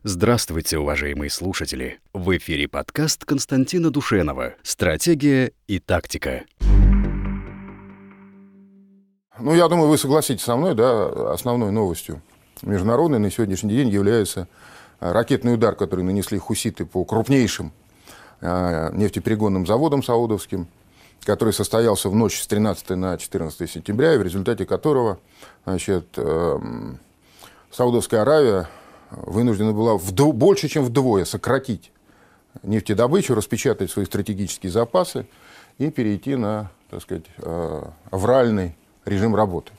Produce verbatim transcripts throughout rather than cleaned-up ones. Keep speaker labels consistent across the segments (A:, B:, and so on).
A: Здравствуйте, уважаемые слушатели! В эфире подкаст Константина Душенова «Стратегия и тактика».
B: Ну, я думаю, вы согласитесь со мной, да, основной новостью международной на сегодняшний день является ракетный удар, который нанесли хуситы по крупнейшим нефтеперегонным заводам саудовским, который состоялся в ночь с тринадцатого на четырнадцатое сентября, и в результате которого, значит, Саудовская Аравия вынуждена была вдво- больше, чем вдвое сократить нефтедобычу, распечатать свои стратегические запасы и перейти на, так сказать, авральный режим работы.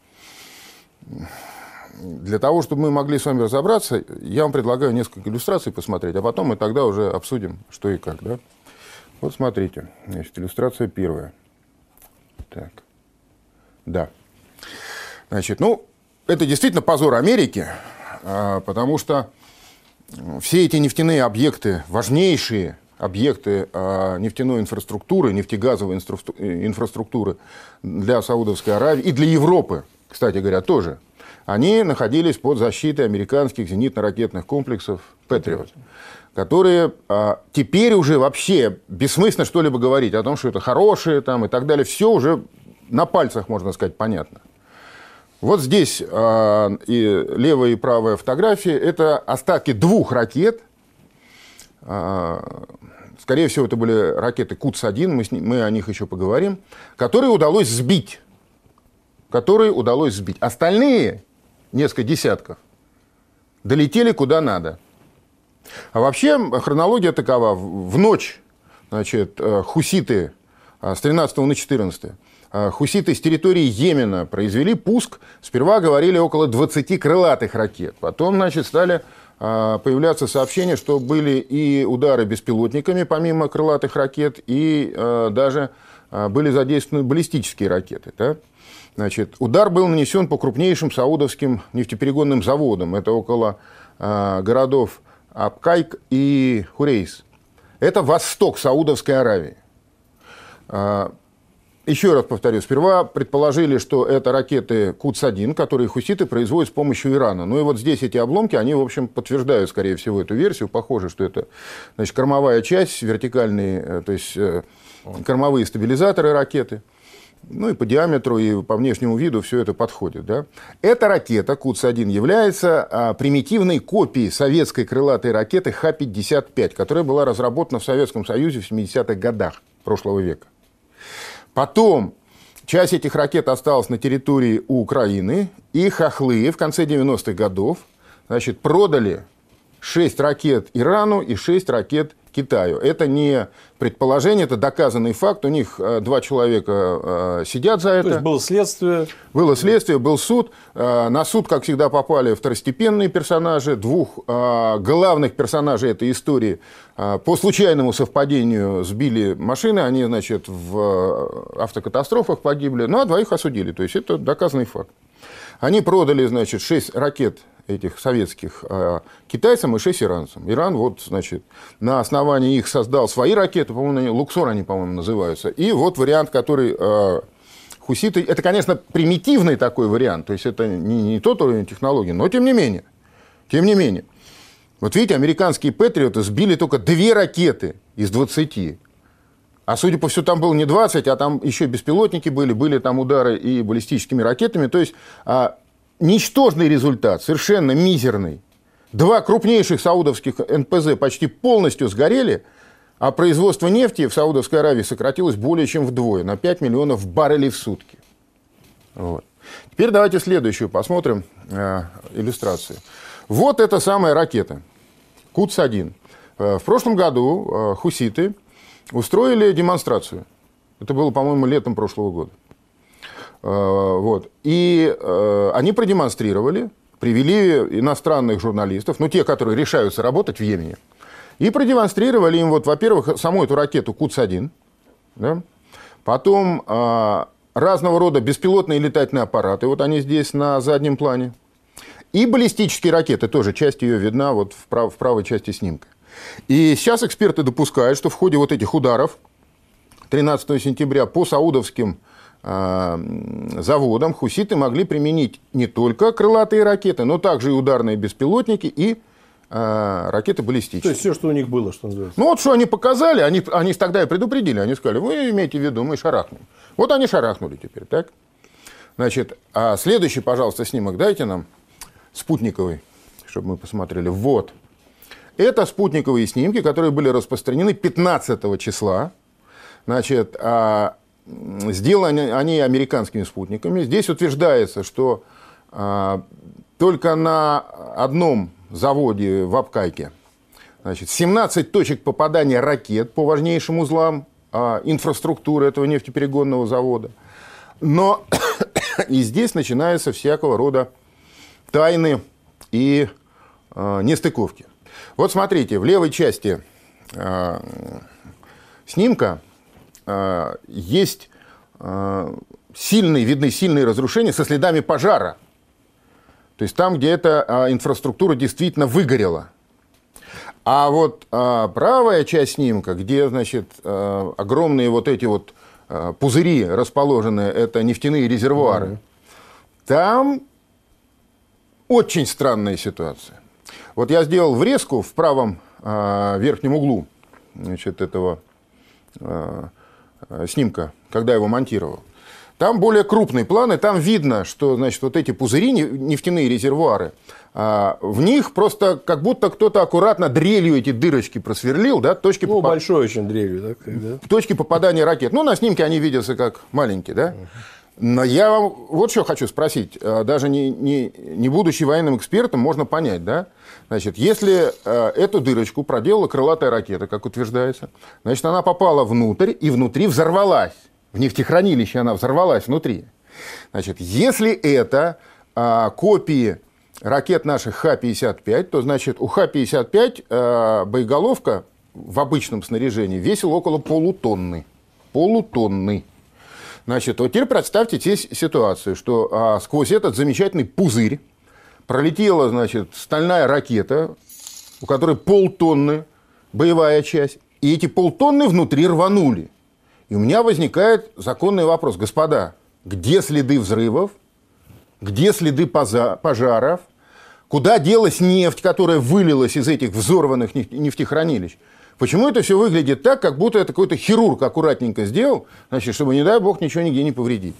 B: Для того, чтобы мы могли с вами разобраться, я вам предлагаю несколько иллюстраций посмотреть, а потом мы тогда уже обсудим, что и как. Да? Вот смотрите, значит, иллюстрация первая. Так. Да. Значит, ну, это действительно позор Америки, потому что все эти нефтяные объекты, важнейшие объекты нефтяной инфраструктуры, нефтегазовой инфраструктуры для Саудовской Аравии и для Европы, кстати говоря, тоже, они находились под защитой американских зенитно-ракетных комплексов «Патриот», которые теперь уже вообще бессмысленно что-либо говорить о том, что это хорошие там, и так далее. Все уже на пальцах, можно сказать, понятно. Вот здесь э, и левая и правая фотографии – это остатки двух ракет. Э, скорее всего, это были ракеты Кудс один, мы, с, мы о них еще поговорим, которые удалось сбить. Которые удалось сбить. Остальные, несколько десятков, долетели куда надо. А вообще хронология такова. В ночь, значит, хуситы с тринадцатого на четырнадцатое хуситы с территории Йемена произвели пуск. Сперва говорили около двадцати крылатых ракет. Потом, значит, стали появляться сообщения, что были и удары беспилотниками, помимо крылатых ракет, и даже были задействованы баллистические ракеты. Да? Значит, удар был нанесен по крупнейшим саудовским нефтеперегонным заводам. Это около городов Абкайк и Хурейс. Это восток Саудовской Аравии. Еще раз повторю, сперва предположили, что это ракеты Кудс один, которые хуситы производят с помощью Ирана. Ну и вот здесь эти обломки, они, в общем, подтверждают, скорее всего, эту версию. Похоже, что это, значит, кормовая часть, вертикальные, то есть кормовые стабилизаторы ракеты. Ну и по диаметру, и по внешнему виду все это подходит. Да? Эта ракета Кудс один является примитивной копией советской крылатой ракеты Х пятьдесят пять, которая была разработана в Советском Союзе в семидесятых годах прошлого века. Потом часть этих ракет осталась на территории у Украины, и хохлы в конце девяностых годов, значит, продали шесть ракет Ирану и шесть ракет Китаю. Это не предположение, это доказанный факт. У них два человека сидят за это.
C: То есть было следствие.
B: Было следствие, был суд. На суд, как всегда, попали второстепенные персонажи. Двух главных персонажей этой истории по случайному совпадению сбили машины. Они, значит, в автокатастрофах погибли. Ну, а двоих осудили. То есть это доказанный факт. Они продали, значит, шесть ракет этих советских э, китайцам и шесть иранцам. Иран, вот, значит, на основании их создал свои ракеты, по-моему, Луксор они, по-моему, называются. И вот вариант, который э, хуситы... Это, конечно, примитивный такой вариант, то есть это не, не тот уровень технологий, но тем не менее. Тем не менее. Вот видите, американские патриоты сбили только две ракеты из двадцати. А судя по всему, там было не двадцать, а там еще беспилотники были, были там удары и баллистическими ракетами. То есть а, ничтожный результат, совершенно мизерный. Два крупнейших саудовских эн пэ зэ почти полностью сгорели, а производство нефти в Саудовской Аравии сократилось более чем вдвое, на пять миллионов баррелей в сутки. Вот. Теперь давайте следующую посмотрим э, иллюстрацию. Вот эта самая ракета Кудс один. Э, в прошлом году э, хуситы устроили демонстрацию. Это было, по-моему, летом прошлого года. Вот. И они продемонстрировали, привели иностранных журналистов, ну, те, которые решаются работать в Йемене, и продемонстрировали им, вот, во-первых, саму эту ракету Кудс один, да? Потом разного рода беспилотные летательные аппараты, вот они здесь на заднем плане, и баллистические ракеты, тоже часть ее видна вот в, прав- в правой части снимка. И сейчас эксперты допускают, что в ходе вот этих ударов тринадцатого сентября по саудовским э, заводам хуситы могли применить не только крылатые ракеты, но также и ударные беспилотники и а, ракеты баллистические.
C: То есть все, что у них было, что называется.
B: Ну вот что они показали, они, они тогда и предупредили, они сказали, вы имеете в виду, мы шарахнем. Вот они шарахнули теперь, так? Значит, а следующий, пожалуйста, снимок дайте нам, спутниковый, чтобы мы посмотрели. Вот. Это спутниковые снимки, которые были распространены пятнадцатого числа. Значит, а, сделаны они американскими спутниками. Здесь утверждается, что а, только на одном заводе в Абхазии, значит, семнадцать точек попадания ракет по важнейшим узлам а, инфраструктуры этого нефтеперегонного завода. Но и здесь начинаются всякого рода тайны и э, нестыковки. Вот смотрите, в левой части э, снимка э, есть э, сильные, видны сильные разрушения со следами пожара. То есть там, где эта э, инфраструктура действительно выгорела. А вот э, правая часть снимка, где, значит, э, огромные вот эти вот э, пузыри расположены, это нефтяные резервуары, mm-hmm. там очень странная ситуация. Вот я сделал врезку в правом э, верхнем углу, значит, этого э, снимка, когда его монтировал. Там более крупный план, и там видно, что, значит, вот эти пузыри, нефтяные резервуары, э, в них просто как будто кто-то аккуратно дрелью эти дырочки просверлил, да, точки,
C: ну,
B: попад...
C: большой очень дрелью, да?
B: точки попадания ракет. Ну, на снимке они видятся как маленькие, да? Но я вам вот что хочу спросить. Даже не, не, не будучи военным экспертом, можно понять, да? Значит, если э, эту дырочку проделала крылатая ракета, как утверждается, значит, она попала внутрь и внутри взорвалась. В нефтехранилище она взорвалась внутри. Значит, если это э, копии ракет наших Х пятьдесят пять, то, значит, у Х пятьдесят пять э, боеголовка в обычном снаряжении весила около полутонны. Полутонны. Значит, вот теперь представьте здесь ситуацию, что а, сквозь этот замечательный пузырь пролетела, значит, стальная ракета, у которой полтонны боевая часть, и эти полтонны внутри рванули. И у меня возникает законный вопрос. Господа, где следы взрывов? Где следы пожаров? Куда делась нефть, которая вылилась из этих взорванных нефтехранилищ? Почему это все выглядит так, как будто это какой-то хирург аккуратненько сделал, значит, чтобы, не дай бог, ничего нигде не повредить?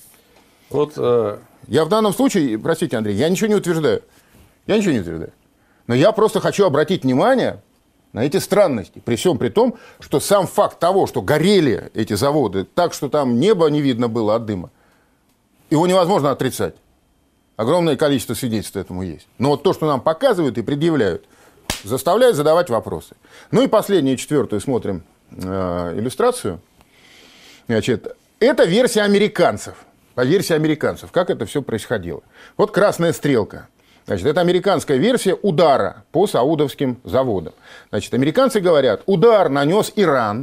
C: Вот, э...
B: Я в данном случае, простите, Андрей, я ничего не утверждаю. Я ничего не утверждаю. Но я просто хочу обратить внимание на эти странности. При всем при том, что сам факт того, что горели эти заводы так, что там небо не видно было от дыма, его невозможно отрицать. Огромное количество свидетельств этому есть. Но вот то, что нам показывают и предъявляют, заставляет задавать вопросы. Ну и последнюю, четвертую, смотрим э, иллюстрацию. Значит, это версия американцев. По версии американцев, как это все происходило. Вот красная стрелка. Значит, это американская версия удара по саудовским заводам. Значит, американцы говорят, удар нанес Иран.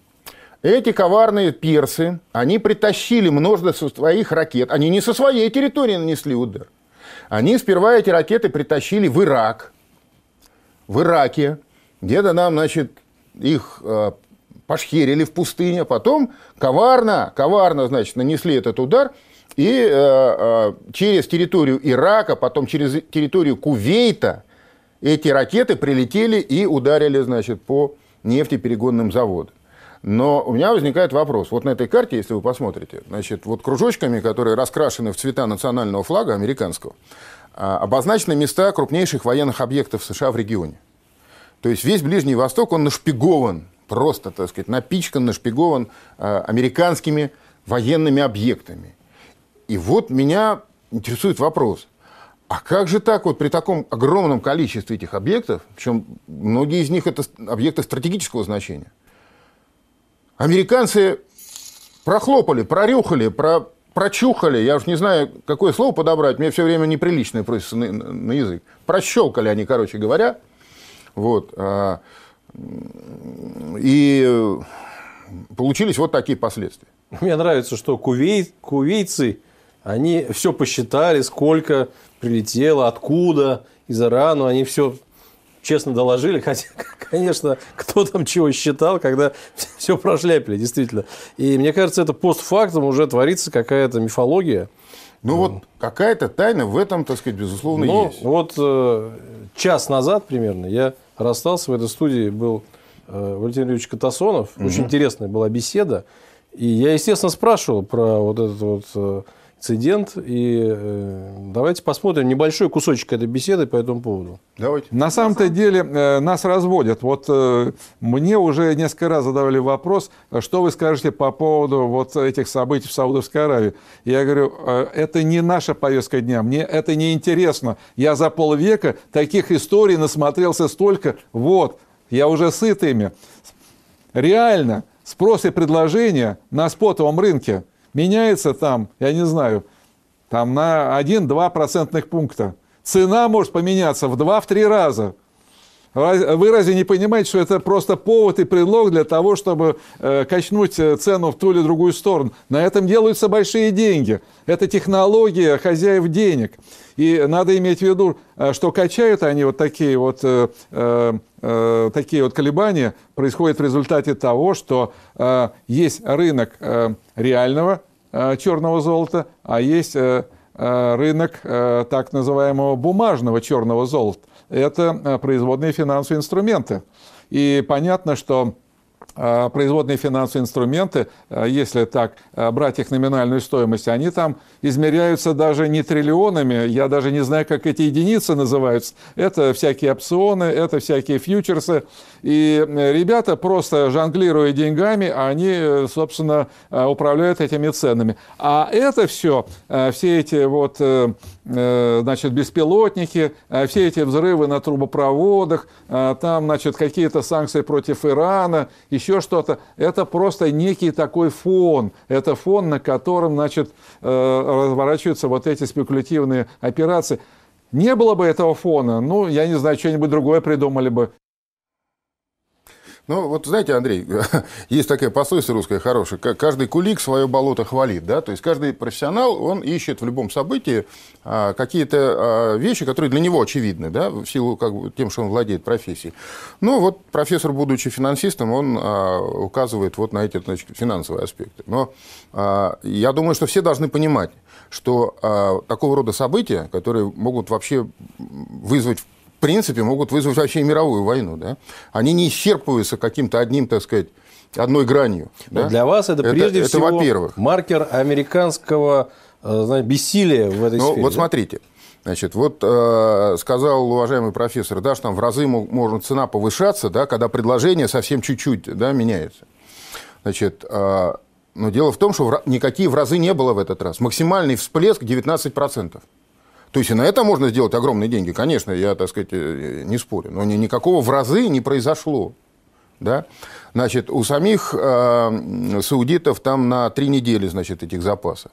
B: Эти коварные персы, они притащили множество своих ракет. Они не со своей территории нанесли удар. Они сперва эти ракеты притащили в Ирак. В Ираке, где-то нам, значит, их э, пошхерили в пустыне, потом коварно, коварно, значит, нанесли этот удар, и э, э, через территорию Ирака, потом через территорию Кувейта эти ракеты прилетели и ударили, значит, по нефтеперегонным заводам. Но у меня возникает вопрос. Вот на этой карте, если вы посмотрите, значит, вот кружочками, которые раскрашены в цвета национального флага американского, обозначены места крупнейших военных объектов США в регионе. То есть весь Ближний Восток, он нашпигован, просто, так сказать, напичкан, нашпигован американскими военными объектами. И вот меня интересует вопрос. А как же так вот при таком огромном количестве этих объектов, причем многие из них это объекты стратегического значения, американцы прохлопали, прорюхали, про... прочухали, я уж не знаю, какое слово подобрать, мне все время неприличное просится на, на язык. Прощелкали они, короче говоря. Вот. И получились вот такие последствия.
C: Мне нравится, что кувей... кувейцы, они все посчитали, сколько прилетело, откуда, из Ирана, они все честно доложили, хотя, конечно, кто там чего считал, когда все прошляпили, действительно. И мне кажется, это постфактум уже творится какая-то мифология.
B: Ну вот какая-то тайна в этом, так сказать, безусловно,
C: ну,
B: есть.
C: Вот э, час назад примерно я расстался, в этой студии был э, Валентин Юрьевич Катасонов. Угу. Очень интересная была беседа. И я, естественно, спрашивал про вот этот вот э, инцидент. И э, давайте посмотрим небольшой кусочек этой беседы по этому поводу.
B: Давайте.
D: На самом-то деле э, нас разводят. Вот э, мне уже несколько раз задавали вопрос, что вы скажете по поводу вот этих событий в Саудовской Аравии. Я говорю, э, это не наша повестка дня, мне это не интересно. Я за полвека таких историй насмотрелся столько. Вот, я уже сыт ими. Реально, спрос и предложение на спотовом рынке меняется там, я не знаю, там на один-два процентных пункта. Цена может поменяться в два-три раза. Вы разве не понимаете, что это просто повод и предлог для того, чтобы э, качнуть цену в ту или другую сторону? На этом делаются большие деньги. Это технология хозяев денег. И надо иметь в виду, что качают они вот такие вот, э, э, такие вот колебания, происходят в результате того, что э, есть рынок э, реального э, черного золота, а есть э, рынок э, так называемого бумажного черного золота. Это производные финансовые инструменты. И понятно, что производные финансовые инструменты, если так брать их номинальную стоимость, они там измеряются даже не триллионами, я даже не знаю, как эти единицы называются. Это всякие опционы, это всякие фьючерсы. И ребята, просто жонглируя деньгами, они, собственно, управляют этими ценами. А это все, все эти вот, значит, беспилотники, все эти взрывы на трубопроводах, там, значит, какие-то санкции против Ирана, еще что-то, это просто некий такой фон. Это фон, на котором, значит, разворачиваются вот эти спекулятивные операции. Не было бы этого фона, ну, я не знаю, что-нибудь другое придумали бы.
B: Ну, вот знаете, Андрей, есть такая пословица русская хорошая, каждый кулик свое болото хвалит, да, то есть каждый профессионал, он ищет в любом событии а, какие-то а, вещи, которые для него очевидны, да, в силу как бы тем, что он владеет профессией. Ну, вот профессор, будучи финансистом, он а, указывает вот на эти, значит, финансовые аспекты. Но а, я думаю, что все должны понимать, что а, такого рода события, которые могут вообще вызвать, в принципе, могут вызвать вообще и мировую войну, да? Они не исчерпываются каким-то одним, так сказать, одной гранью. Да?
C: Для вас это, это прежде это, всего во-первых. Маркер американского, знаете, бессилия в этой
B: ну,
C: сфере.
B: Вот
C: да?
B: смотрите, значит, вот э, сказал уважаемый профессор, да, что там в разы может цена повышаться, да, когда предложение совсем чуть-чуть, да, меняется. Значит, э, но дело в том, что в, никакие в разы не было в этот раз. Максимальный всплеск девятнадцать процентов. То есть и на это можно сделать огромные деньги, конечно, я, так сказать, не спорю, но никакого в разы не произошло. Да? Значит, у самих э, саудитов там на три недели, значит, этих запасов.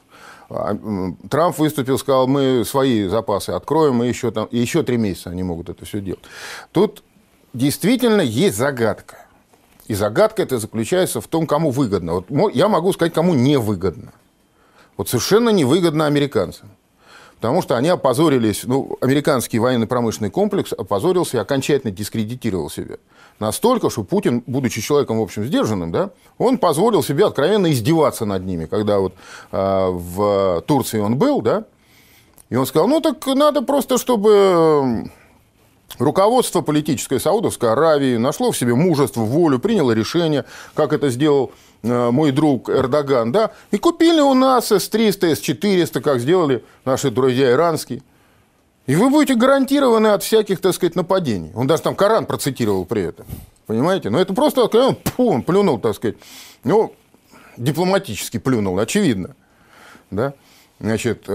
B: Трамп выступил, сказал, мы свои запасы откроем, и еще, там, и еще три месяца они могут это все делать. Тут действительно есть загадка. И загадка эта заключается в том, кому выгодно. Вот я могу сказать, кому невыгодно. Вот совершенно невыгодно американцам. Потому что они опозорились, ну, американский военно-промышленный комплекс опозорился и окончательно дискредитировал себя. Настолько, что Путин, будучи человеком, в общем, сдержанным, да, он позволил себе откровенно издеваться над ними. Когда вот э, в Турции он был, да, и он сказал, ну, так надо просто, чтобы руководство политическое Саудовской Аравии нашло в себе мужество, волю, приняло решение, как это сделал мой друг Эрдоган, да, и купили у нас эс триста, эс четыреста, как сделали наши друзья иранские. И вы будете гарантированы от всяких, так сказать, нападений. Он даже там Коран процитировал при этом. Понимаете? Но это просто он, он плюнул, так сказать. Ну, дипломатически плюнул, очевидно. Да? Значит,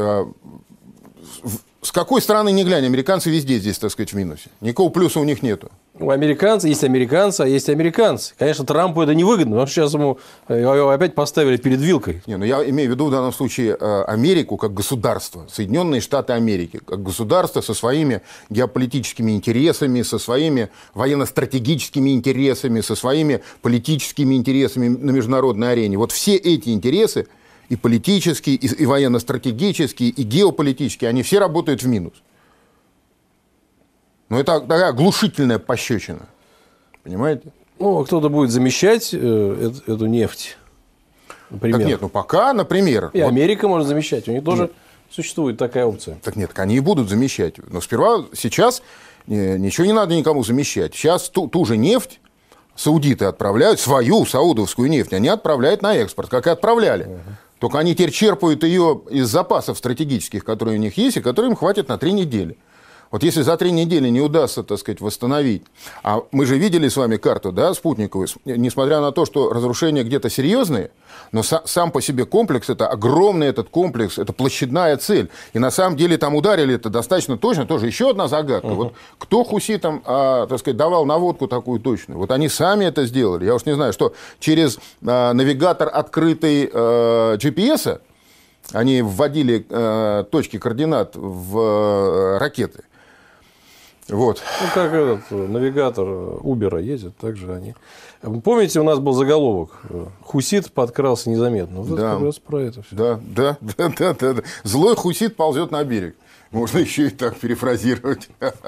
B: с какой стороны ни глянь, американцы везде здесь, так сказать, в минусе. Никакого плюса у них нету.
C: У американцев есть американцы, а есть американцы. Конечно, Трампу это невыгодно, потому что сейчас ему его опять поставили перед вилкой.
B: Не, ну я имею в виду в данном случае Америку как государство, Соединенные Штаты Америки, как государство со своими геополитическими интересами, со своими военно-стратегическими интересами, со своими политическими интересами на международной арене. Вот все эти интересы, и политические, и военно-стратегические, и геополитические, они все работают в минус. Но это такая глушительная пощечина. Понимаете?
C: Ну, кто-то будет замещать э, эту, эту нефть. Например.
B: Так нет, ну пока, например.
C: И
B: вот...
C: Америка может замещать. У них тоже Существует такая опция.
B: Так нет, так они и будут замещать. Но сперва сейчас ничего не надо никому замещать. Сейчас ту, ту же нефть саудиты отправляют, свою саудовскую нефть, они отправляют на экспорт, как и отправляли. Uh-huh. Только они теперь черпают ее из запасов стратегических, которые у них есть, и которые им хватит на три недели. Вот если за три недели не удастся, так сказать, восстановить, а мы же видели с вами карту, да, спутниковую, несмотря на то, что разрушения где-то серьезные, но сам по себе комплекс, это огромный этот комплекс, это площадная цель. И на самом деле там ударили это достаточно точно, тоже еще одна загадка. Uh-huh. Вот кто хуситам, а, так сказать, давал наводку такую точную? Вот они сами это сделали. Я уж не знаю, что через а, навигатор открытый а, джи пи эс они вводили а, точки координат в а, ракеты. Вот.
C: Ну, как этот навигатор Uber ездит, так же они. Помните, у нас был заголовок «Хусит подкрался незаметно». Вот
B: да.
C: как раз про это все.
B: Да, да, да, да, да, да. Злой хусит ползет на берег. Можно еще и так перефразировать.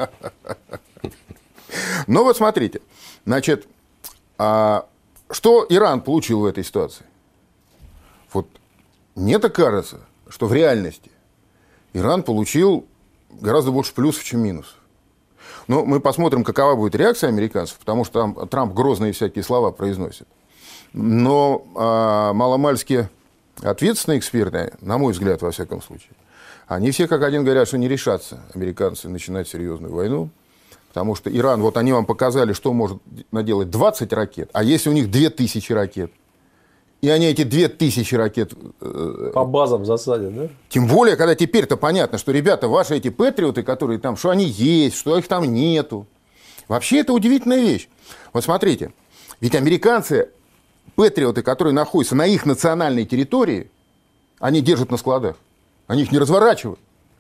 B: Но вот смотрите. Значит, а что Иран получил в этой ситуации? Вот мне-то кажется, что в реальности Иран получил гораздо больше плюсов, чем минусов. Но мы посмотрим, какова будет реакция американцев, потому что там Трамп грозные всякие слова произносит. Но а, маломальски ответственные эксперты, на мой взгляд, во всяком случае, они все как один говорят, что не решатся американцы начинать серьезную войну. Потому что Иран, вот они вам показали, что может наделать двадцать ракет, а если у них две тысячи ракет, и они эти две тысячи ракет...
C: По базам засадят, да?
B: Тем более, когда теперь-то понятно, что, ребята, ваши эти патриоты, которые там, что они есть, что их там нету. Вообще, это удивительная вещь. Вот смотрите, ведь американцы, патриоты, которые находятся на их национальной территории, они держат на складах. Они их не разворачивают.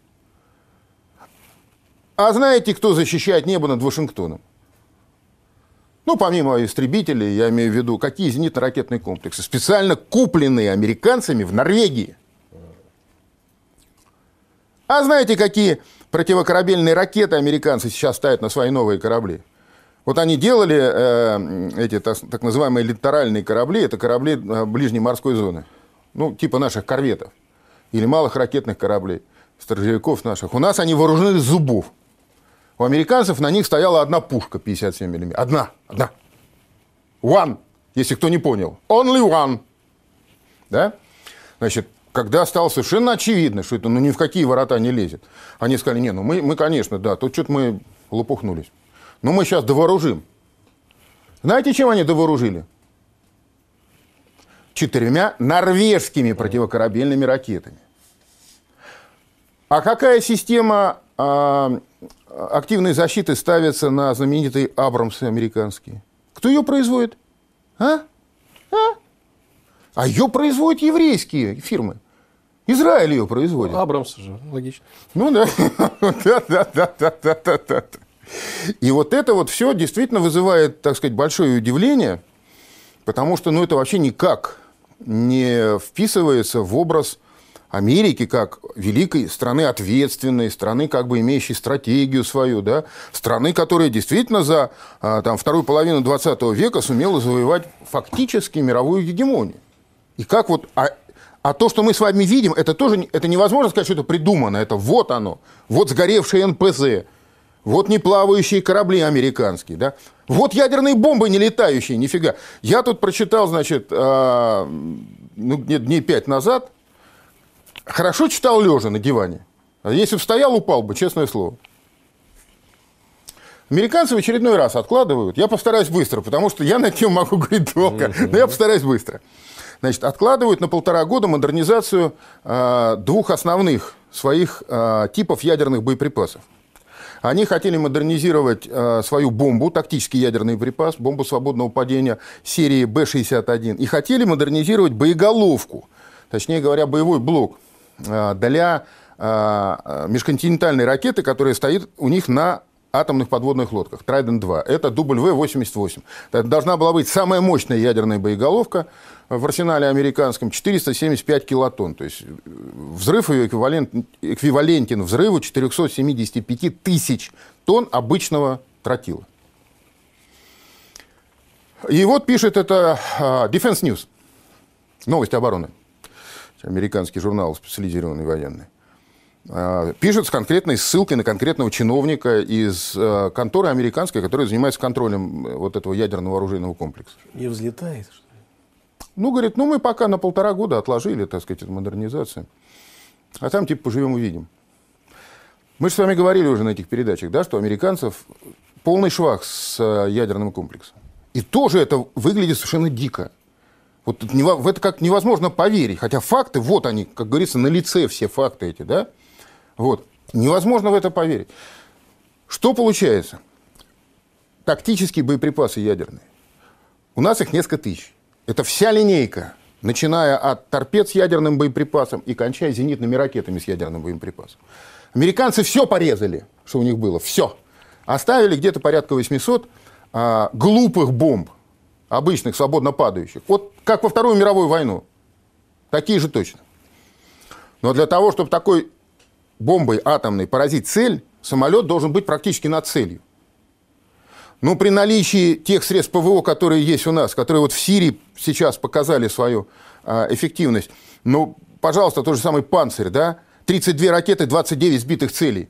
B: А знаете, кто защищает небо над Вашингтоном? Ну, помимо истребителей, я имею в виду, какие зенитно-ракетные комплексы, специально купленные американцами в Норвегии. А знаете, какие противокорабельные ракеты американцы сейчас ставят на свои новые корабли? Вот они делали э, эти так, так называемые литеральные корабли, это корабли э, ближней морской зоны, ну, типа наших корветов или малых ракетных кораблей, сторожевиков наших. У нас они вооружены до зубов. У американцев на них стояла одна пушка пятьдесят семь миллиметров. Одна, одна. One, если кто не понял. Only one. Да? Значит, когда стало совершенно очевидно, что это ну, ни в какие ворота не лезет, они сказали, не, ну мы, мы конечно, да, тут что-то мы лопухнулись. Но мы сейчас довооружим. Знаете, чем они довооружили? Четырьмя норвежскими противокорабельными ракетами. А какая система а, активной защиты ставится на знаменитые Абрамсы американские? Кто ее производит? А? А? А ее производят еврейские фирмы. Израиль ее производит.
C: Абрамс же, логично.
B: Ну да. да, да, да, да, да, да. И вот это вот все действительно вызывает, так сказать, большое удивление, потому что ну, это вообще никак не вписывается в образ Америки как великой страны ответственной, страны, как бы имеющей стратегию свою, да, страны, которая действительно за там, вторую половину двадцатого века сумела завоевать фактически мировую гегемонию. И как вот... А, а то, что мы с вами видим, это тоже это невозможно сказать, что это придумано. Это вот оно. Вот сгоревшие эн пэ зэ. Вот неплавающие корабли американские. Да? Вот ядерные бомбы не летающие, нифига. Я тут прочитал, значит, а, ну, дней пять назад. Хорошо читал лежа на диване. А если бы стоял, упал бы, честное слово. Американцы в очередной раз откладывают. Я постараюсь быстро, потому что я на эту тему могу говорить долго. Но я постараюсь быстро. Значит, откладывают на полтора года модернизацию э, двух основных своих э, типов ядерных боеприпасов. Они хотели модернизировать э, свою бомбу, тактический ядерный припас, бомбу свободного падения серии бэ шестьдесят один, и хотели модернизировать боеголовку, точнее говоря, боевой блок э, для э, межконтинентальной ракеты, которая стоит у них на атомных подводных лодках, Трайдент два. Это дабл ю восемьдесят восемь. Это должна была быть самая мощная ядерная боеголовка в арсенале американском, четыреста семьдесят пять килотонн. То есть взрыв ее эквивалент, эквивалентен взрыву четыреста семьдесят пять тысяч тонн обычного тротила. И вот пишет это Defense News, новости обороны, американский журнал специализированный военный. Пишет с конкретной ссылкой на конкретного чиновника из конторы американской, которая занимается контролем вот этого ядерного оружейного комплекса.
C: Не взлетает, что ли?
B: Ну, говорит, ну мы пока на полтора года отложили, так сказать, эту модернизацию. А там типа поживем увидим. Мы же с вами говорили уже на этих передачах, да, что у американцев полный швах с ядерным комплексом. И тоже это выглядит совершенно дико. Вот в это как невозможно поверить. Хотя факты, вот они, как говорится, на лице все факты эти, да? Вот. Невозможно в это поверить. Что получается? Тактические боеприпасы ядерные. У нас их несколько тысяч. Это вся линейка, начиная от торпед с ядерным боеприпасом и кончая зенитными ракетами с ядерным боеприпасом. Американцы все порезали, что у них было. Все. Оставили где-то порядка восьмисот а, глупых бомб, обычных, свободно падающих. Вот как во Вторую мировую войну. Такие же точно. Но для того, чтобы такой бомбой атомной поразить цель, самолет должен быть практически над целью. Но при наличии тех средств ПВО, которые есть у нас, которые вот в Сирии сейчас показали свою а, эффективность, ну, пожалуйста, тот же самый «Панцирь», да? тридцать две ракеты, двадцать девять сбитых целей.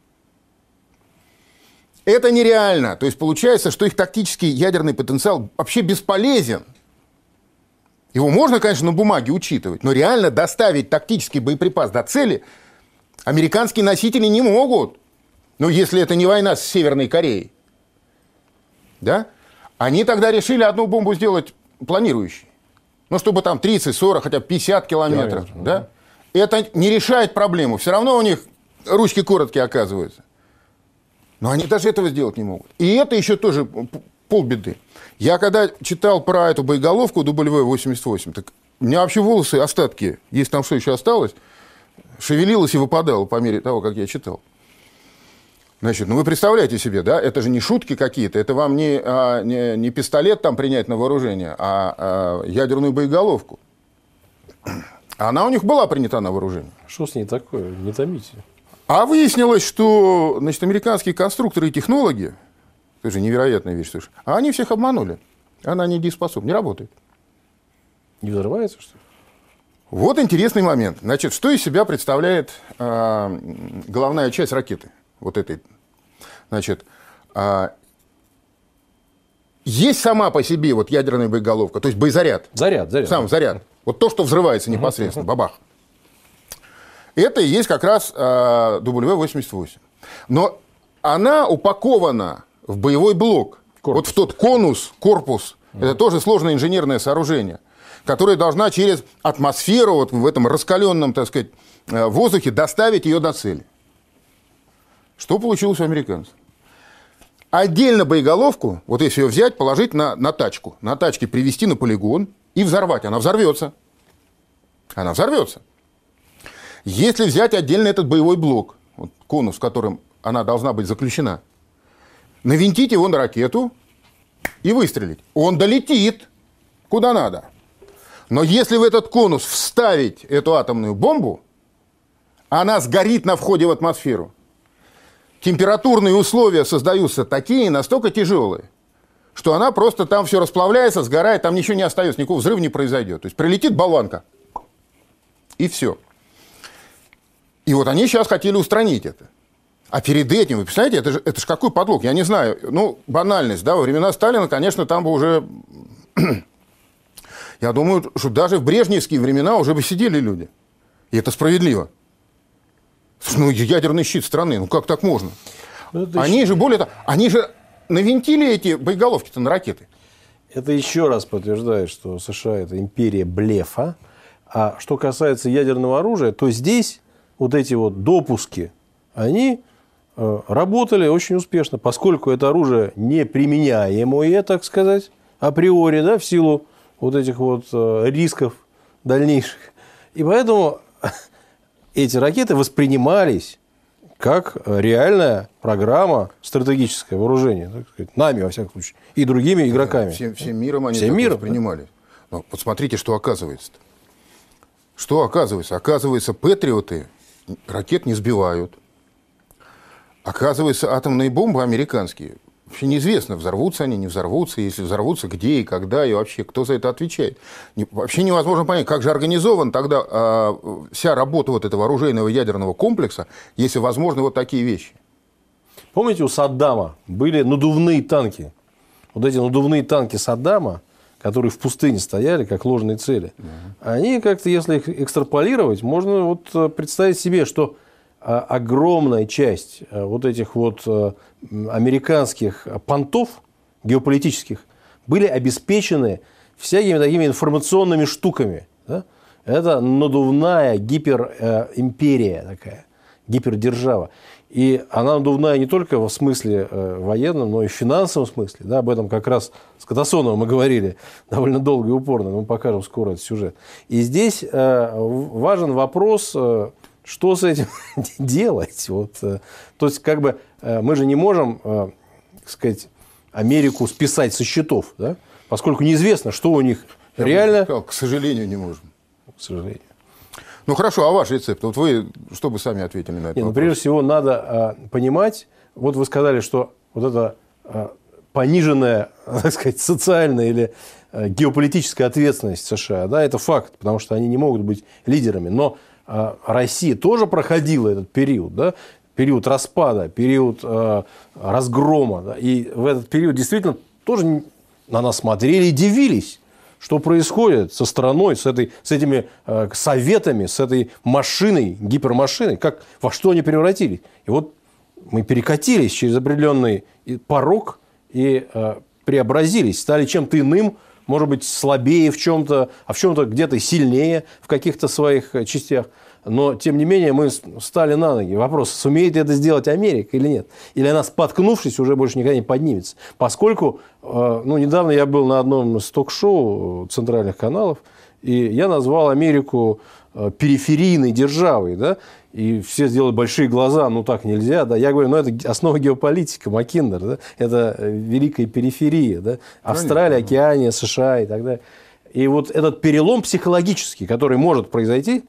B: Это нереально. То есть получается, что их тактический ядерный потенциал вообще бесполезен. Его можно, конечно, на бумаге учитывать, но реально доставить тактический боеприпас до цели американские носители не могут. Ну, если это не война с Северной Кореей. Да? Они тогда решили одну бомбу сделать планирующей. Ну, чтобы там тридцать, сорок, хотя бы пятьдесят километров. Километр, да? Это не решает проблему. Все равно у них ручки короткие оказываются. Но они даже этого сделать не могут. И это еще тоже полбеды. Я когда читал про эту боеголовку дабл ю восемьдесят восемь, так у меня вообще волосы, остатки, если там что еще осталось, шевелилось и выпадало по мере того, как я читал. Значит, ну вы представляете себе, да, это же не шутки какие-то, это вам не, а, не, не пистолет там принять на вооружение, а, а ядерную боеголовку. Она у них была принята на вооружение.
C: Что с ней такое? Не томите.
B: А выяснилось, что, значит, американские конструкторы и технологи, это же невероятная вещь, слушай, а они всех обманули. Она недееспособна, не работает.
C: Не взрывается, что ли?
B: Вот интересный момент. Значит, что из себя представляет э, головная часть ракеты? Вот этой. Значит, э, есть сама по себе вот ядерная боеголовка, то есть боезаряд.
C: Заряд, заряд.
B: Сам заряд. Вот то, что взрывается непосредственно, бабах. Это и есть как раз э, дабл ю восемьдесят восемь. Но она упакована в боевой блок. Корпус. Вот в тот конус, корпус. Mm-hmm. Это тоже сложное инженерное сооружение, которое должна через атмосферу вот в этом раскаленном, так сказать, воздухе доставить ее до цели. Что получилось у американцев? Отдельно боеголовку, вот если ее взять, положить на, на тачку, на тачке привезти на полигон и взорвать, она взорвется. Она взорвется. Если взять отдельно этот боевой блок, вот конус, в котором она должна быть заключена, навинтить его на ракету и выстрелить, он долетит куда надо. Но если в этот конус вставить эту атомную бомбу, она сгорит на входе в атмосферу. Температурные условия создаются такие, настолько тяжелые, что она просто там все расплавляется, сгорает, там ничего не остается, никакого взрыва не произойдет. То есть прилетит болванка, и все. И вот они сейчас хотели устранить это. А перед этим, вы представляете, это же, это же какой подлог? Я не знаю, ну, банальность, да, во времена Сталина, конечно, там бы уже... Я думаю, что даже в брежневские времена уже бы сидели люди. И это справедливо. Ну, ядерный щит страны, ну как так можно? Ну, они еще... же, более того, они же навинтили эти боеголовки-то на ракеты.
C: Это еще раз подтверждает, что США – это империя блефа. А что касается ядерного оружия, то здесь вот эти вот допуски, они э, работали очень успешно, поскольку это оружие неприменяемое, так сказать, априори, да, в силу вот этих вот э, рисков дальнейших. И поэтому эти ракеты воспринимались как реальная программа стратегическое вооружение, так сказать, нами, во всяком случае, и другими игроками.
B: Всем, всем миром они
C: всем миром
B: воспринимали. Но вот смотрите, что оказывается-то. Что оказывается? Оказывается, патриоты ракет не сбивают. Оказывается, атомные бомбы американские вообще неизвестно, взорвутся они, не взорвутся, если взорвутся, где и когда, и вообще кто за это отвечает. Не, вообще невозможно понять, как же организован тогда э, вся работа вот этого оружейного ядерного комплекса, если возможны вот такие вещи.
C: Помните, у Саддама были надувные танки? Вот эти надувные танки Саддама, которые в пустыне стояли, как ложные цели, угу. они как-то, если их экстраполировать, можно вот представить себе, что огромная часть вот этих вот американских понтов геополитических были обеспечены всякими такими информационными штуками. Да? Это надувная гиперимперия такая, гипердержава. И она надувная не только в смысле военном, но и в финансовом смысле. Да? Об этом как раз с Катасоновым мы говорили довольно долго и упорно. Мы покажем скоро этот сюжет. И здесь важен вопрос... Что с этим делать? Вот, то есть, как бы, мы же не можем, так сказать, Америку списать со счетов, да? Поскольку неизвестно, что у них Я реально...
B: Сказал, к сожалению, не можем.
C: К сожалению.
B: Ну, хорошо, а ваш рецепт? Вот вы что бы сами ответили на это?
C: Нет, ну, прежде всего, надо а, понимать, вот вы сказали, что вот это а, пониженная, так сказать, социальная или а, геополитическая ответственность США, да, это факт, потому что они не могут быть лидерами, но Россия тоже проходила этот период, да? Период распада, период э, разгрома. Да? И в этот период действительно тоже на нас смотрели и дивились, что происходит со страной, с, этой, с этими э, советами, с этой машиной, гипермашиной, как, во что они превратились. И вот мы перекатились через определенный порог и э, преобразились, стали чем-то иным, может быть, слабее в чем-то, а в чем-то где-то сильнее в каких-то своих частях. Но, тем не менее, мы встали на ноги. Вопрос, сумеет это сделать Америка или нет? Или она, споткнувшись, уже больше никогда не поднимется? Поскольку, ну, недавно я был на одном из ток-шоу центральных каналов, и я назвал Америку периферийной державой, да? И все сделали большие глаза, ну так нельзя, да. Я говорю, ну это основа геополитики, Маккиндер, да? Это великая периферия, да? Австралия, Океания, США и так далее. И вот этот перелом психологический, который может произойти,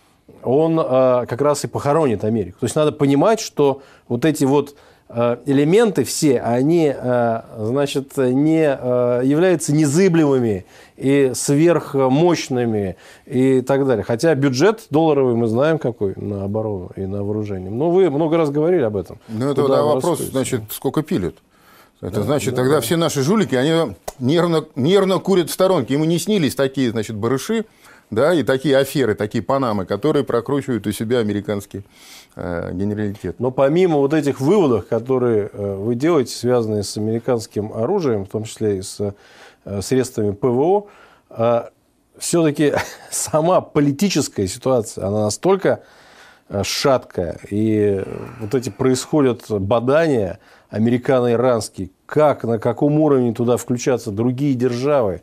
C: он э, как раз и похоронит Америку. То есть надо понимать, что вот эти вот э, элементы все, они, э, значит, не э, являются незыблемыми и сверхмощными и так далее. Хотя бюджет долларовый мы знаем какой на оборону и на вооружение. Но вы много раз говорили об этом.
B: Ну, это да, вопрос, значит, сколько пилят. Это да, значит, да, тогда да. Все наши жулики, они нервно, нервно курят в сторонке. Ему не снились такие, значит, барыши, да, и такие аферы, такие панамы, которые прокручивают у себя американский э, генералитет.
C: Но помимо вот этих выводов, которые э, вы делаете, связанные с американским оружием, в том числе и с э, средствами ПВО, э, все-таки сама политическая ситуация, она настолько э, шаткая, и вот эти происходят бадания американо-иранские, как, на каком уровне туда включаться другие державы,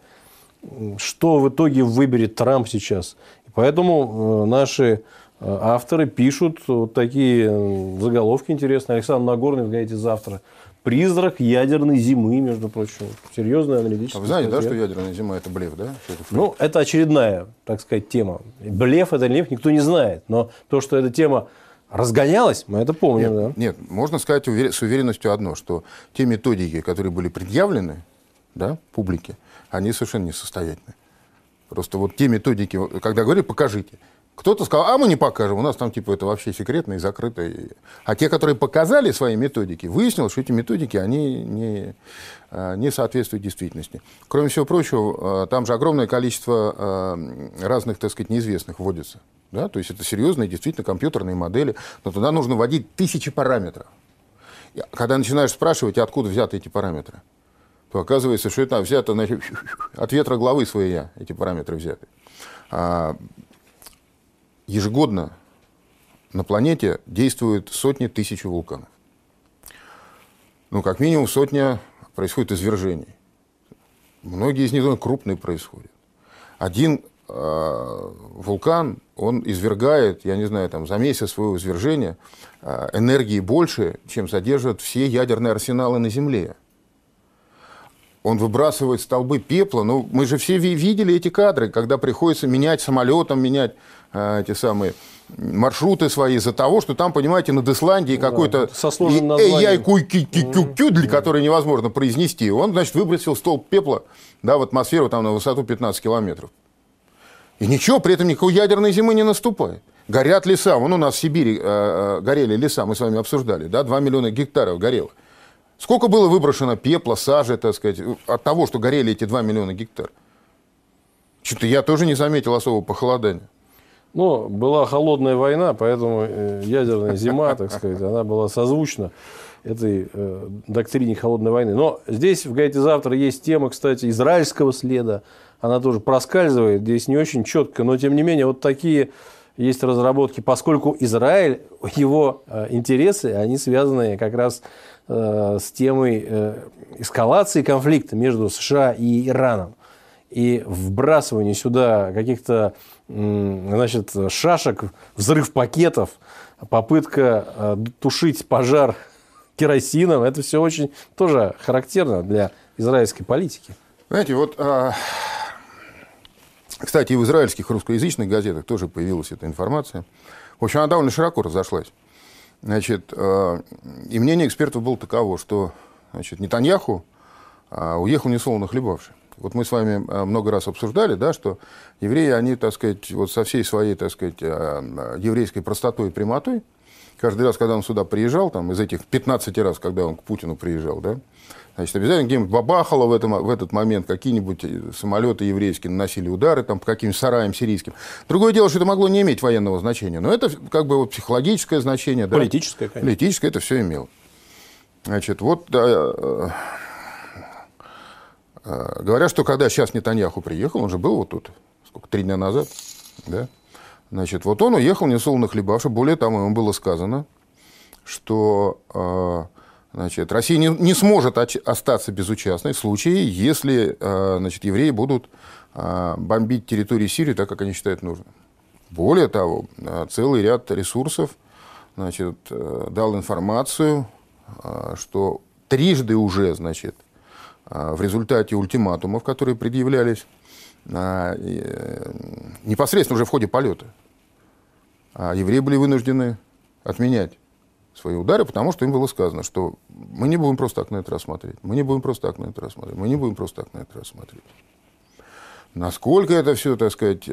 C: что в итоге выберет Трамп сейчас. И поэтому наши авторы пишут вот такие заголовки интересные. Александр Нагорный в газете «Завтра». «Призрак ядерной зимы», между прочим. Серьезная аналитическая.
B: А вы знаете,
C: статья.
B: Да, что ядерная зима – это блеф, да? Это
C: ну, это очередная, так сказать, тема. Блеф – это блеф, никто не знает. Но то, что эта тема разгонялась, мы это помним.
B: Нет,
C: да?
B: нет, можно сказать с уверенностью одно, что те методики, которые были предъявлены, да, публике, они совершенно несостоятельны. Просто вот те методики, когда говорили, покажите. Кто-то сказал, а мы не покажем, у нас там типа это вообще секретно и закрыто. А те, которые показали свои методики, выяснилось, что эти методики, они не, не соответствуют действительности. Кроме всего прочего, там же огромное количество разных, так сказать, неизвестных вводится. Да? То есть это серьезные, действительно, компьютерные модели, но туда нужно вводить тысячи параметров. Когда начинаешь спрашивать, откуда взяты эти параметры, то оказывается, что это взято, значит, от ветра главы своей я, эти параметры взяты. А ежегодно на планете действуют сотни тысяч вулканов. Ну, как минимум сотня происходит извержений. Многие из них крупные происходят. Один э, вулкан, он извергает, я не знаю, там, за месяц своего извержения э, энергии больше, чем содержат все ядерные арсеналы на Земле. он выбрасывает столбы пепла. Ну, мы же все видели эти кадры, когда приходится менять самолетом, менять э, эти самые маршруты свои из-за того, что там, понимаете, над Исландией да, какой-то эй-яй-куй-ки-кю-кю, который невозможно произнести. Он, значит, выбросил столб пепла, да, в атмосферу там, на высоту пятнадцать километров. И ничего, при этом никакой ядерной зимы не наступает. Горят леса. Вон у нас в Сибири э, горели леса, мы с вами обсуждали, да, два миллиона гектаров горело. Сколько было выброшено пепла, сажи, так сказать, от того, что горели эти два миллиона гектаров? Что-то я тоже не заметил особого похолодания.
C: Ну, была холодная война, поэтому ядерная зима, так сказать, она была созвучна этой э, доктрине холодной войны. Но здесь в «Газете «Завтра» есть тема, кстати, израильского следа. Она тоже проскальзывает, здесь не очень четко, но тем не менее вот такие есть разработки, поскольку Израиль, его э, интересы, они связаны как раз э, с темой э, эскалации конфликта между США и Ираном. И вбрасывание сюда каких-то, значит, шашек, взрыв пакетов, попытка тушить пожар керосином, это все очень тоже характерно для израильской политики.
B: Знаете, вот, кстати, и в израильских русскоязычных газетах тоже появилась эта информация. В общем, она довольно широко разошлась. Значит, и мнение экспертов было таково, что, значит, Нетаньяху уехал несолоно хлебавший. Вот мы с вами много раз обсуждали, да, что евреи, они, так сказать, вот со всей своей, так сказать, еврейской простотой и прямотой, каждый раз, когда он сюда приезжал, там, из этих пятнадцати раз, когда он к Путину приезжал, да, значит, обязательно где-нибудь бабахало в, этом, в этот момент, какие-нибудь самолеты еврейские наносили удары там, по каким-нибудь сараям сирийским. Другое дело, что это могло не иметь военного значения, но это как бы вот психологическое значение.
C: Политическое,
B: да,
C: конечно.
B: Политическое это все имело. Значит, вот... Да, говорят, что когда сейчас Нетаньяху приехал, он же был вот тут, сколько, три дня назад, да? Значит, вот он уехал несолоно хлебавший. Более того, ему было сказано, что значит, Россия не, не сможет остаться безучастной в случае, если значит, евреи будут бомбить территорию Сирии так, как они считают нужным. Более того, целый ряд ресурсов, значит, дал информацию, что трижды уже, значит, в результате ультиматумов, которые предъявлялись непосредственно уже в ходе полета, евреи были вынуждены отменять свои удары, потому что им было сказано, что мы не будем просто так на это рассматривать, мы не будем просто так на это рассматривать, мы не будем просто так на это рассматривать. Насколько это все, так сказать,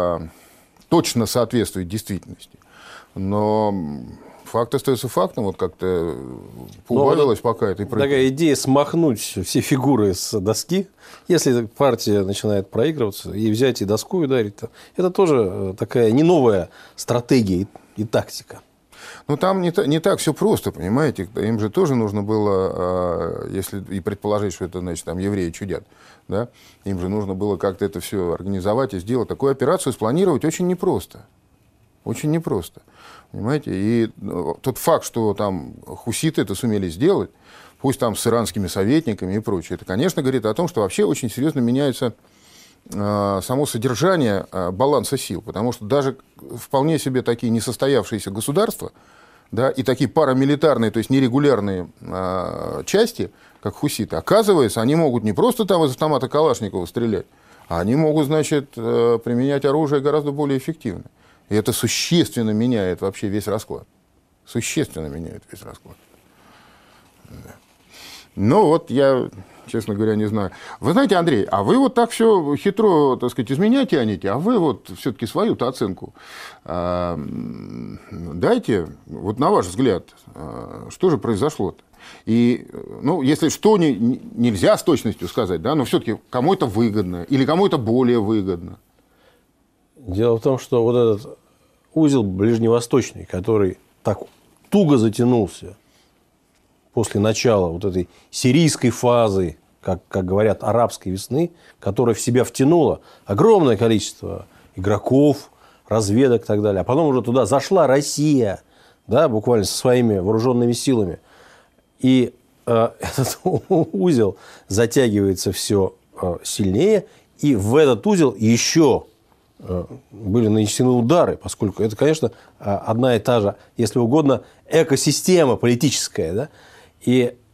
B: точно соответствует действительности, но... Факт остается фактом, вот как-то поубавилась вот пока этой прыгой.
C: Такая идея смахнуть все фигуры с доски, если партия начинает проигрываться, и взять и доску и ударить, это тоже такая не новая стратегия и, и тактика.
B: Ну, там не, не так все просто, понимаете, им же тоже нужно было, если и предположить, что это, значит, там евреи чудят, да, им же нужно было как-то это все организовать и сделать. Такую операцию спланировать очень непросто, очень непросто. Понимаете? И тот факт, что там хуситы это сумели сделать, пусть там с иранскими советниками и прочее, это, конечно, говорит о том, что вообще очень серьезно меняется э, само содержание э, баланса сил. Потому что даже вполне себе такие несостоявшиеся государства, да, и такие парамилитарные, то есть нерегулярные э, части, как хуситы, оказывается, они могут не просто там из автомата Калашникова стрелять, а они могут, значит, э, применять оружие гораздо более эффективно. И это существенно меняет вообще весь расклад. Существенно меняет весь расклад. Да. Ну, вот я, честно говоря, не знаю. Вы знаете, Андрей, а вы вот так все хитро, так сказать, из меня тянете, а вы вот все-таки свою-то оценку а, дайте, вот на ваш взгляд, а, что же произошло-то? И, ну, если что, не, нельзя с точностью сказать, да, но все-таки кому это выгодно или кому это более выгодно?
C: Дело в том, что вот этот узел ближневосточный, который так туго затянулся после начала вот этой сирийской фазы, как, как говорят, арабской весны, которая в себя втянула огромное количество игроков, разведок и так далее. А потом уже туда зашла Россия, да, буквально со своими вооруженными силами. И э, этот узел затягивается все э, сильнее. И в этот узел еще были нанесены удары, поскольку это, конечно, одна и та же, если угодно, экосистема политическая. Да? И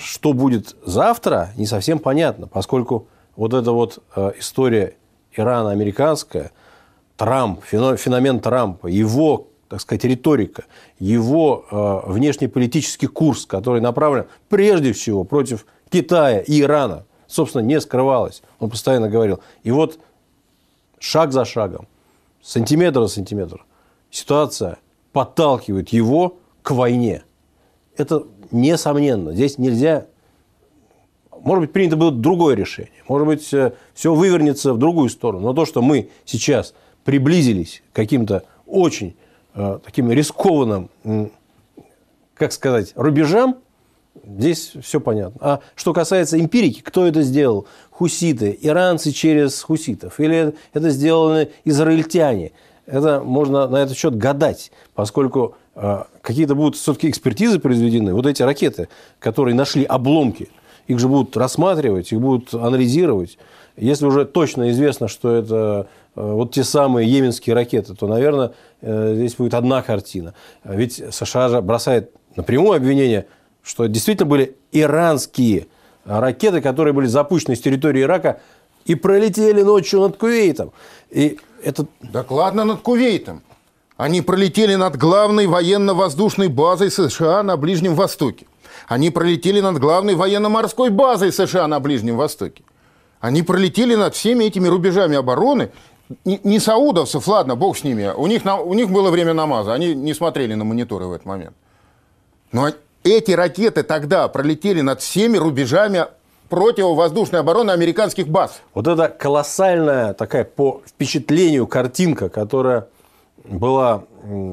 C: что будет завтра, не совсем понятно, поскольку вот эта вот э, история ирано-американская, Трамп, феномен Трампа, его, так сказать, риторика, его э, внешнеполитический курс, который направлен прежде всего против Китая и Ирана, собственно, не скрывалось. Он постоянно говорил. И вот шаг за шагом, сантиметр за сантиметр, ситуация подталкивает его к войне. Это несомненно. Здесь нельзя... Может быть, принято было другое решение. Может быть, все вывернется в другую сторону. Но то, что мы сейчас приблизились к каким-то очень э, таким рискованным, э, как сказать, рубежам, здесь все понятно. А что касается эмпирики, кто это сделал? Хуситы, иранцы через хуситов. Или это сделаны израильтяне? Это можно на этот счет гадать, поскольку э, какие-то будут все-таки экспертизы произведены. Вот эти ракеты, которые нашли обломки, их же будут рассматривать, их будут анализировать. Если уже точно известно, что это э, вот те самые йеменские ракеты, то, наверное, э, здесь будет одна картина. Ведь США же бросает напрямую обвинение, что действительно были иранские ракеты, которые были запущены с территории Ирака и пролетели ночью над Кувейтом. И это...
B: Так ладно, над Кувейтом. Они пролетели над главной военно-воздушной базой США на Ближнем Востоке. Они пролетели над главной военно-морской базой США на Ближнем Востоке. Они пролетели над всеми этими рубежами обороны. Не, не саудовцев, ладно, бог с ними. У них, у них было время намаза, они не смотрели на мониторы в этот момент. Но эти ракеты тогда пролетели над всеми рубежами противовоздушной обороны американских баз.
C: Вот это колоссальная такая по впечатлению картинка, которая была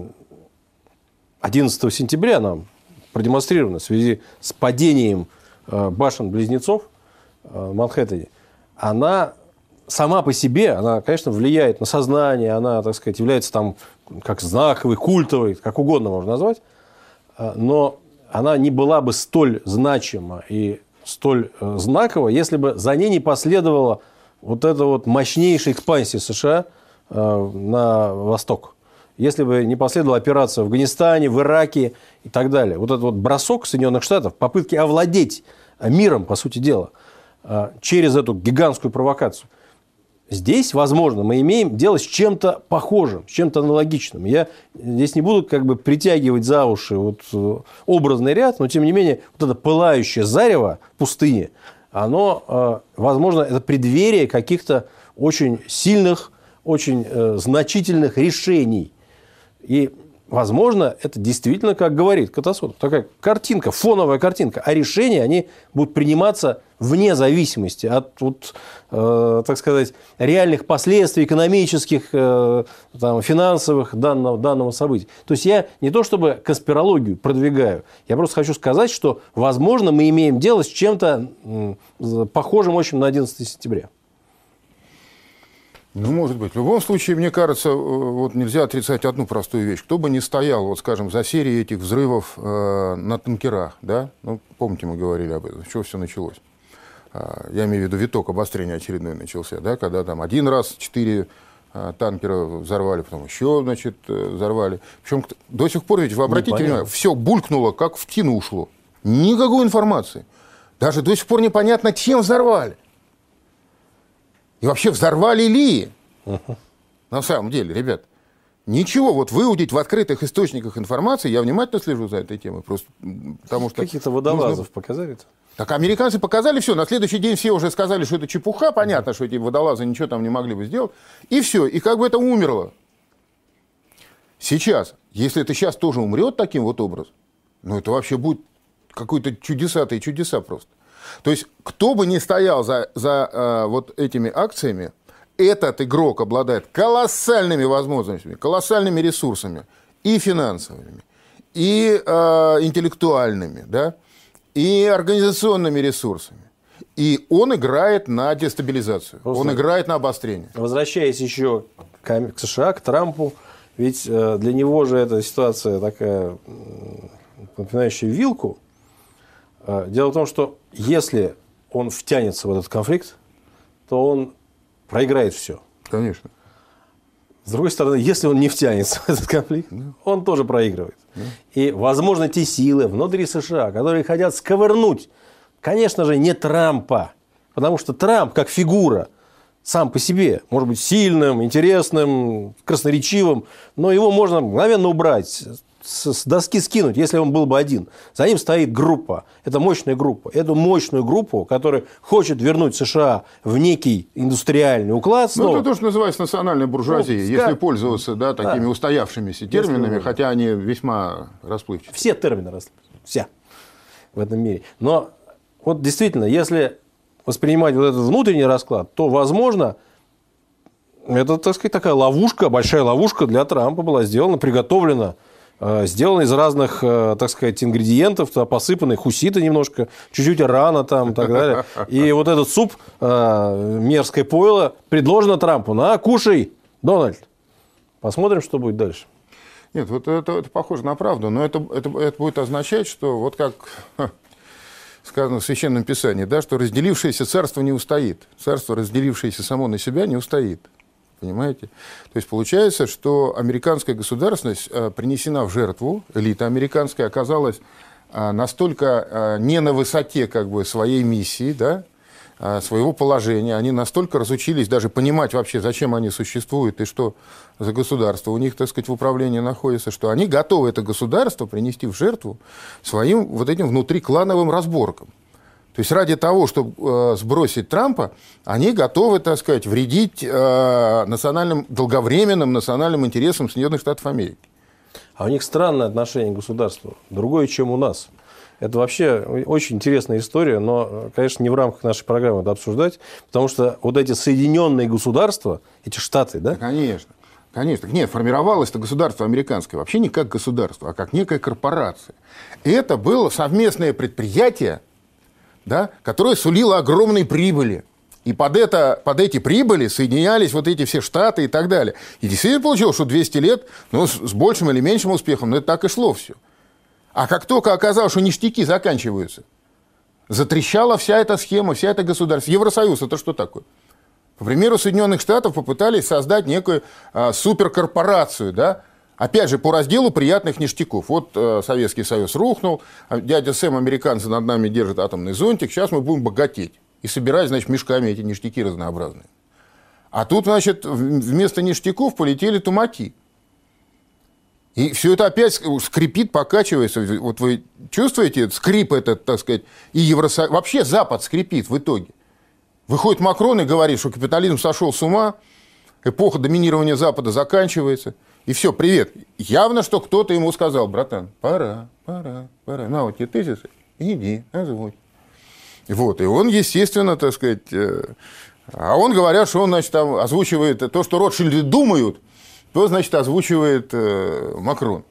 C: одиннадцатого сентября нам продемонстрирована в связи с падением башен-близнецов в Манхэттене, она сама по себе, она, конечно, влияет на сознание, она, так сказать, является там как знаковой, культовой, как угодно можно назвать, но она не была бы столь значима и столь знакова, если бы за ней не последовала вот эта вот мощнейшая экспансия США на восток. Если бы не последовала операция в Афганистане, в Ираке и так далее. Вот этот вот бросок Соединенных Штатов, попытки овладеть миром, по сути дела, через эту гигантскую провокацию. Здесь, возможно, мы имеем дело с чем-то похожим, с чем-то аналогичным. Я здесь не буду как бы притягивать за уши вот образный ряд, но, тем не менее, вот это пылающее зарево пустыни, оно, возможно, это преддверие каких-то очень сильных, очень значительных решений. И, возможно, это действительно, как говорит Катасонов, такая картинка, фоновая картинка. А решения, они будут приниматься вне зависимости от, вот, э, так сказать, реальных последствий экономических, э, там, финансовых данного, данного события. То есть я не то чтобы конспирологию продвигаю, я просто хочу сказать, что, возможно, мы имеем дело с чем-то э, похожим очень на одиннадцатое сентября.
B: Ну, может быть. В любом случае, мне кажется, вот нельзя отрицать одну простую вещь. Кто бы ни стоял, вот, скажем, за серией этих взрывов э, на танкерах, да? Ну, помните, мы говорили об этом, с чего все началось. Э, я имею в виду виток обострения очередной начался, да? Когда там один раз четыре э, танкера взорвали, потом еще, значит, э, взорвали. Причем до сих пор, ведь вы обратите внимание, все булькнуло, как в тину ушло. Никакой информации. Даже до сих пор непонятно, чем взорвали. И вообще, взорвали ли? Uh-huh. На самом деле, ребят, ничего. Вот выудить в открытых источниках информации, я внимательно слежу за этой темой. Просто потому что
C: каких-то водолазов
B: нужно...
C: показали-то?
B: Так американцы показали все. На следующий день все уже сказали, что это чепуха. Понятно, что эти водолазы ничего там не могли бы сделать. И все. И как бы это умерло. Сейчас, если это сейчас тоже умрет таким вот образом, ну это вообще будет какой-то чудесатые чудеса просто. То есть, кто бы ни стоял за, за э, вот этими акциями, этот игрок обладает колоссальными возможностями, колоссальными ресурсами, и финансовыми, и э, интеллектуальными, да, и организационными ресурсами. И он играет на дестабилизацию, просто он играет на обострение.
C: Возвращаясь еще к США, к Трампу, ведь э, для него же эта ситуация такая, напоминающая вилку. Дело в том, что если он втянется в этот конфликт, то он проиграет все.
B: Конечно.
C: С другой стороны, если он не втянется в этот конфликт, да. он тоже проигрывает. Да. И, возможно, те силы внутри США, которые хотят сковырнуть Конечно же, не Трампа. Потому что Трамп, как фигура, сам по себе, может быть сильным, интересным, красноречивым, но его можно мгновенно убрать, с доски скинуть, если он был бы один. За ним стоит группа. Это мощная группа. Эту мощную группу, которая хочет вернуть США в некий индустриальный уклад.
B: Ну, это то, что называется национальной буржуазией, ну, если как... пользоваться да, такими да. устоявшимися терминами, если... хотя они весьма расплывчаты.
C: Все термины расплывчаты. Все в этом мире. Но вот действительно, если воспринимать вот этот внутренний расклад, то, возможно, это, так сказать, такая ловушка, большая ловушка для Трампа была сделана, приготовлена, сделана из разных, так сказать, ингредиентов, туда посыпаны хуситы немножко, чуть-чуть ирана там и так далее. И вот этот суп, мерзкое пойло, предложено Трампу. На, кушай, Дональд. Посмотрим, что будет дальше.
B: Нет, вот это, это похоже на правду, но это, это, это будет означать, что вот как ха, сказано в Священном Писании, да, что разделившееся царство не устоит. Царство, разделившееся само на себя, не устоит. Понимаете? То есть получается, что американская государственность э, принесена в жертву, элита американская оказалась э, настолько э, не на высоте как бы, своей миссии, да, э, своего положения. Они настолько разучились даже понимать вообще, зачем они существуют и что за государство у них, так сказать, в управлении находится, что они готовы это государство принести в жертву своим вот этим внутриклановым разборкам. То есть ради того, чтобы э, сбросить Трампа, они готовы, так сказать, вредить э, национальным, долговременным национальным интересам Соединенных Штатов Америки.
C: А у них странное отношение к государству, другое, чем у нас. Это вообще очень интересная история, но, конечно, не в рамках нашей программы это обсуждать, потому что вот эти соединенные государства, эти штаты, да?
B: Да, конечно. Конечно. Нет, формировалось-то государство американское вообще не как государство, а как некая корпорация. И это было совместное предприятие, да, которая сулила огромные прибыли. И под, это, под эти прибыли соединялись вот эти все штаты и так далее. И действительно получилось, что двести лет, ну, с, с большим или меньшим успехом, но это так и шло все. А как только оказалось, что ништяки заканчиваются, затрещала вся эта схема, вся эта государство. Евросоюз – это что такое? По примеру Соединенных Штатов попытались создать некую а, суперкорпорацию, да, опять же, по разделу приятных ништяков. Вот э, Советский Союз рухнул, дядя Сэм, американцы над нами держат атомный зонтик, сейчас мы будем богатеть. И собирать, значит, мешками эти ништяки разнообразные. А тут, значит, вместо ништяков полетели тумаки. И все это опять скрипит, покачивается. Вот вы чувствуете скрип этот, так сказать, и Евросоюз... Вообще Запад скрипит в итоге. Выходит Макрон и говорит, что капитализм сошел с ума, эпоха доминирования Запада заканчивается. И все, привет. Явно, что кто-то ему сказал: братан, пора, пора, пора. На вот тебе тезисы, иди, озвучь. Вот, и он, естественно, так сказать... Э, а он, говорят, что он, значит, там озвучивает то, что Ротшильды думают, то, значит, озвучивает э, Макрон.